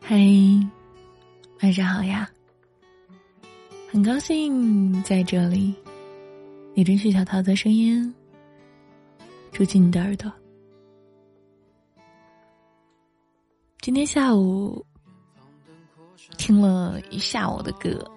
嗨，晚上好呀！很高兴在这里，你允许小桃子声音住进你的耳朵。今天下午听了一下午的歌，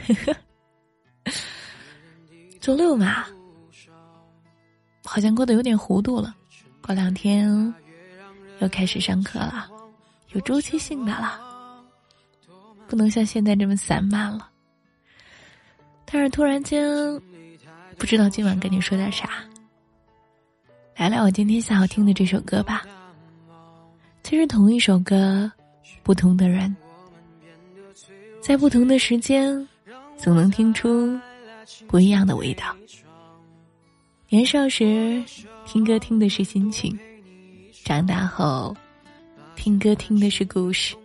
周六嘛，好像过得有点糊涂了。过2天又开始上课了，有周期性的了，不能像现在这么散漫了。但是突然间不知道今晚跟你说点啥，聊聊我今天下午听的这首歌吧。其实同一首歌，不同的人，在不同的时间总能听出不一样的味道。年少时听歌听的是心情，长大后听歌听的是故事。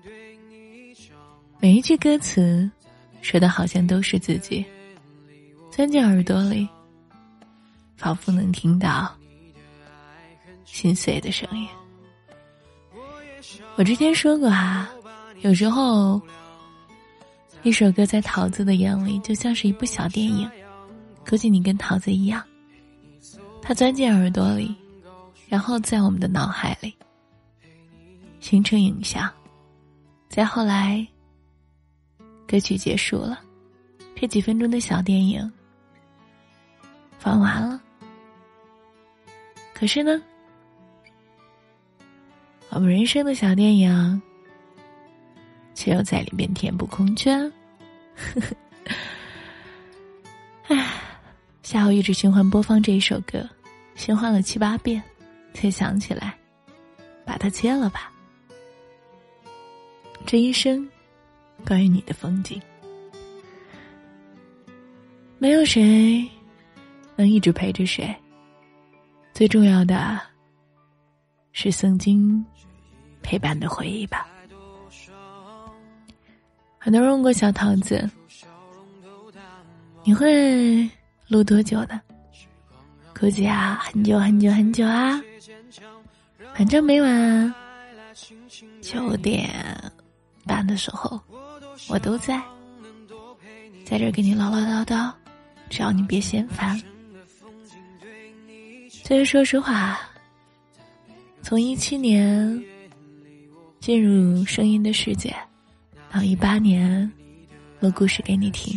每一句歌词说的好像都是自己，钻进耳朵里，仿佛能听到心碎的声音。我之前说过啊，有时候一首歌在桃子的眼里就像是一部小电影，估计你跟桃子一样，它钻进耳朵里，然后在我们的脑海里形成影像。再后来歌曲结束了，这几分钟的小电影放完了，可是呢，我们人生的小电影却又在里面填补空缺。下午一直循环播放这一首歌，循环了7、8遍，才想起来把它切了吧。这一生关于你的风景，没有谁能一直陪着谁，最重要的是曾经陪伴的回忆吧。很多人问过小桃子，你会录多久呢？估计啊，很久很久很久啊。反正每晚9点半的时候我都在这儿给你唠唠叨叨，只要你别嫌烦。所以说实话，从17年进入声音的世界，到18年录故事给你听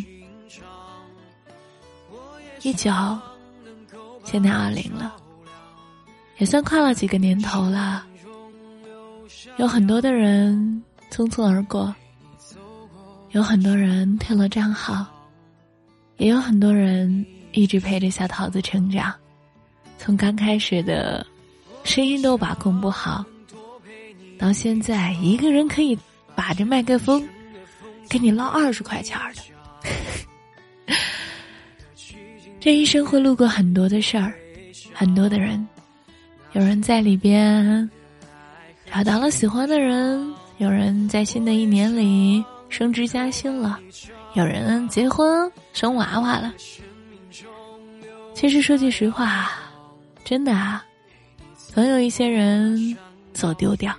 ，19现在20了，也算跨了几个年头了。有很多的人匆匆而过，有很多人退了账号，也有很多人一直陪着小桃子成长。从刚开始的声音都把控不好，到现在一个人可以把着麦克风跟你唠20块钱的。这一生会路过很多的事儿，很多的人，有人在里边找到了喜欢的人，有人在新的一年里升职加薪了，有人结婚生娃娃了。其实说句实话，真的啊，总有一些人走丢掉。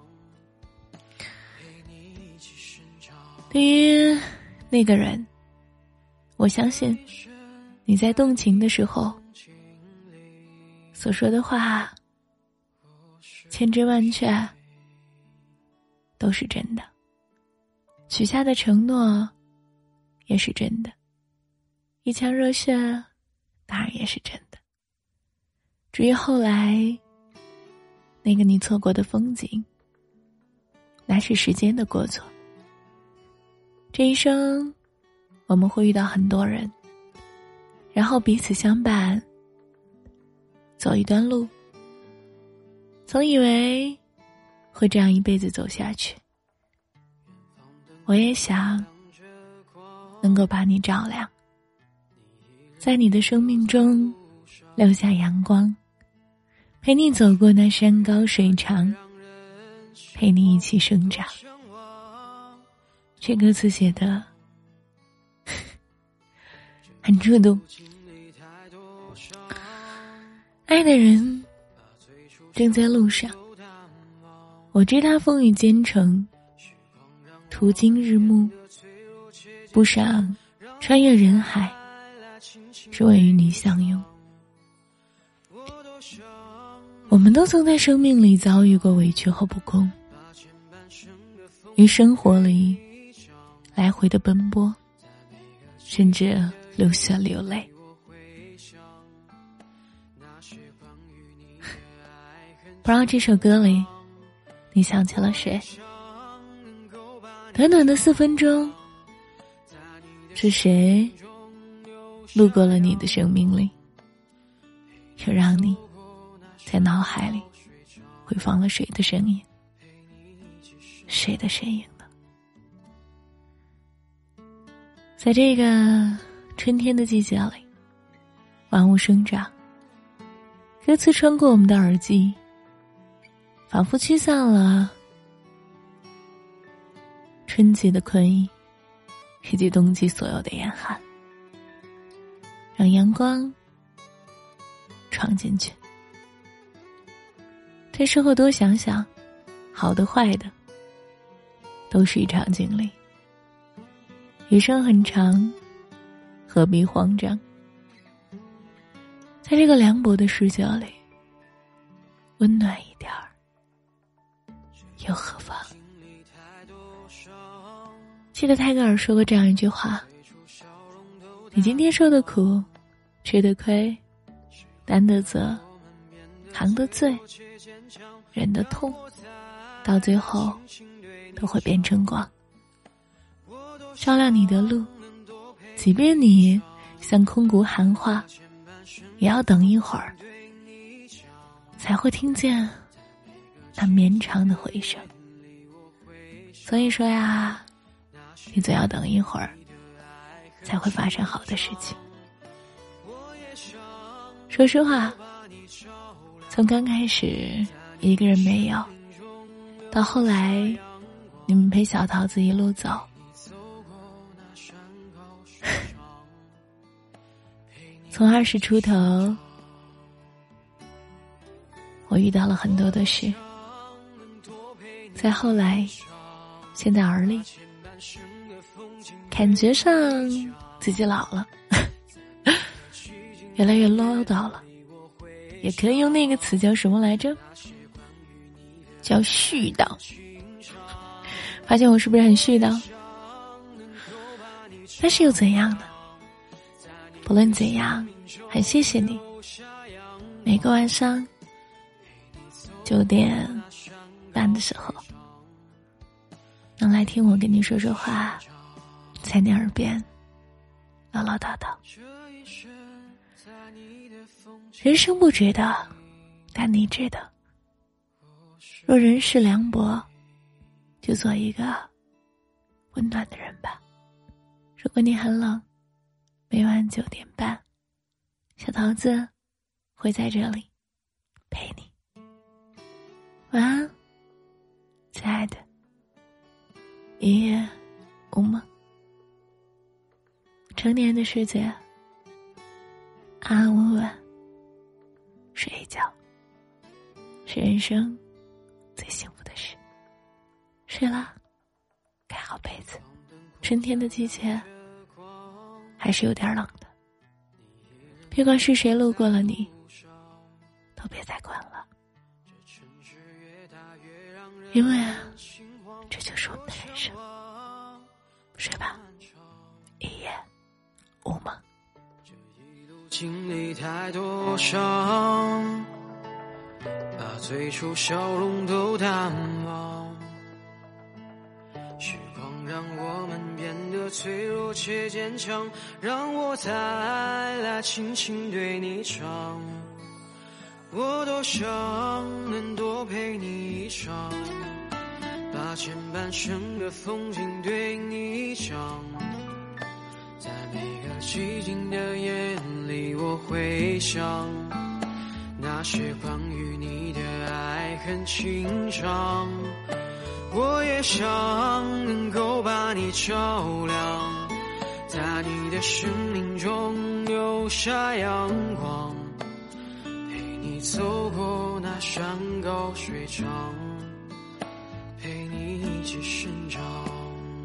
对于那个人，我相信你在动情的时候所说的话，千真万确都是真的，许下的承诺也是真的，一腔热血当然也是真的。至于后来那个你错过的风景，那是时间的过错。这一生我们会遇到很多人，然后彼此相伴走一段路，总以为会这样一辈子走下去。我也想能够把你照亮，在你的生命中留下阳光，陪你走过那山高水长，陪你一起生长。这歌词写的很触动。爱的人正在路上，我知他风雨兼程， 途经日暮，不想穿越人海，只为与你相拥。我们都曾在生命里遭遇过委屈和不公，于生活里来回的奔波，甚至流血流泪。不知道这首歌里你想起了谁？短短的4分钟，是谁路过了你的生命里，又让你在脑海里回放了谁的声音，谁的身影呢？在这个春天的季节里，万物生长，歌词穿过我们的耳际，仿佛驱散了春季的困意以及冬季所有的严寒，让阳光闯进去。这时候多想想，好的坏的都是一场经历，余生很长，何必慌张？在这个凉薄的世界里，温暖一点儿又何妨？记得泰戈尔说过这样一句话：你今天受的苦，吃的亏，担的责，扛的罪，忍的痛，到最后都会变成光，照亮你的路。即便你像空谷喊话，也要等一会儿才会听见那绵长的回声。所以说呀，你总要等一会儿才会发生好的事情。说实话，从刚开始一个人没有，到后来你们陪小桃子一路走，从20出头，我遇到了很多的事，再后来现在而立，感觉上自己老了，越来越唠叨了，也可以用那个词叫什么来着？叫絮叨。发现我是不是很絮叨？但是又怎样呢？不论怎样，很谢谢你，每个晚上9点半的时候能来听我跟你说说话，在你耳边唠唠叨叨。人生不值得，但你值得。若人世凉薄，就做一个温暖的人吧。如果你很冷，每晚9点半，小桃子会在这里陪你。晚安，亲爱的，一夜无梦。成年的世界，安安稳稳睡一觉，是人生最幸福的事。睡了，盖好被子。春天的季节还是有点冷的，别管是谁路过了你，都别再管了，因为这就是我们的人生。睡吧，一夜无梦。 这一路经历太多伤，把最初笑容都淡忘。时光让我们变得脆弱且坚强，让我再来轻轻对你唱，我多想能多陪你一场，把前半生的风景对你讲，在每个寂静的夜里我会想，那些关于你的爱很轻长，我也想能够把你照亮，在你的生命中留下阳光，陪你走过那山高水长，陪你一起生长。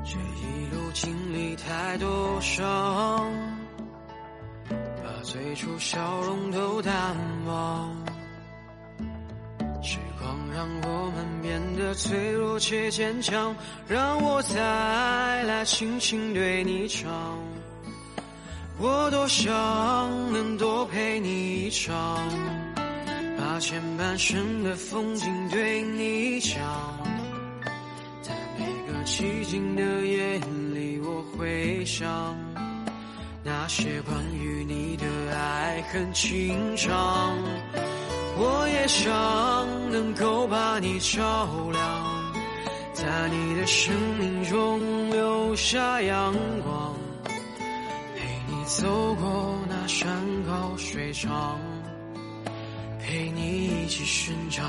这一路经历太多伤，把最初笑容都淡忘。时光让我们变得脆弱且坚强，让我再来轻轻对你唱。我多想能多陪你一场，把前半生的风景对你讲。在每个寂静的夜里，我回想那些关于你的爱恨情长。我也想能够把你照亮，在你的生命中留下阳光，陪你走过那山高水长，陪你一起生长。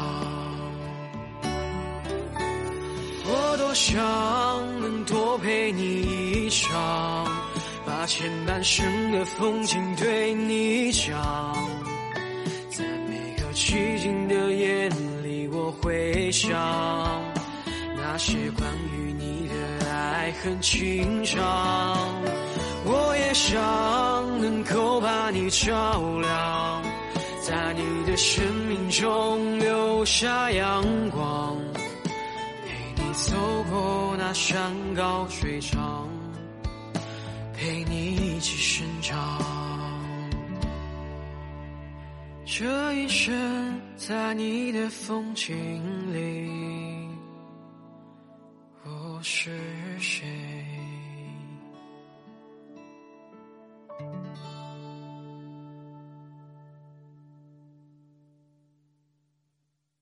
我多想能多陪你一场，把前半生的风景对你讲。在每个寂静的夜里，我回想那些关于你的爱恨情长。我也想能够把你照亮，在你的生命中留下阳光，陪你走过那山高水长，陪你一起生长。这一生在你的风景里，我是谁？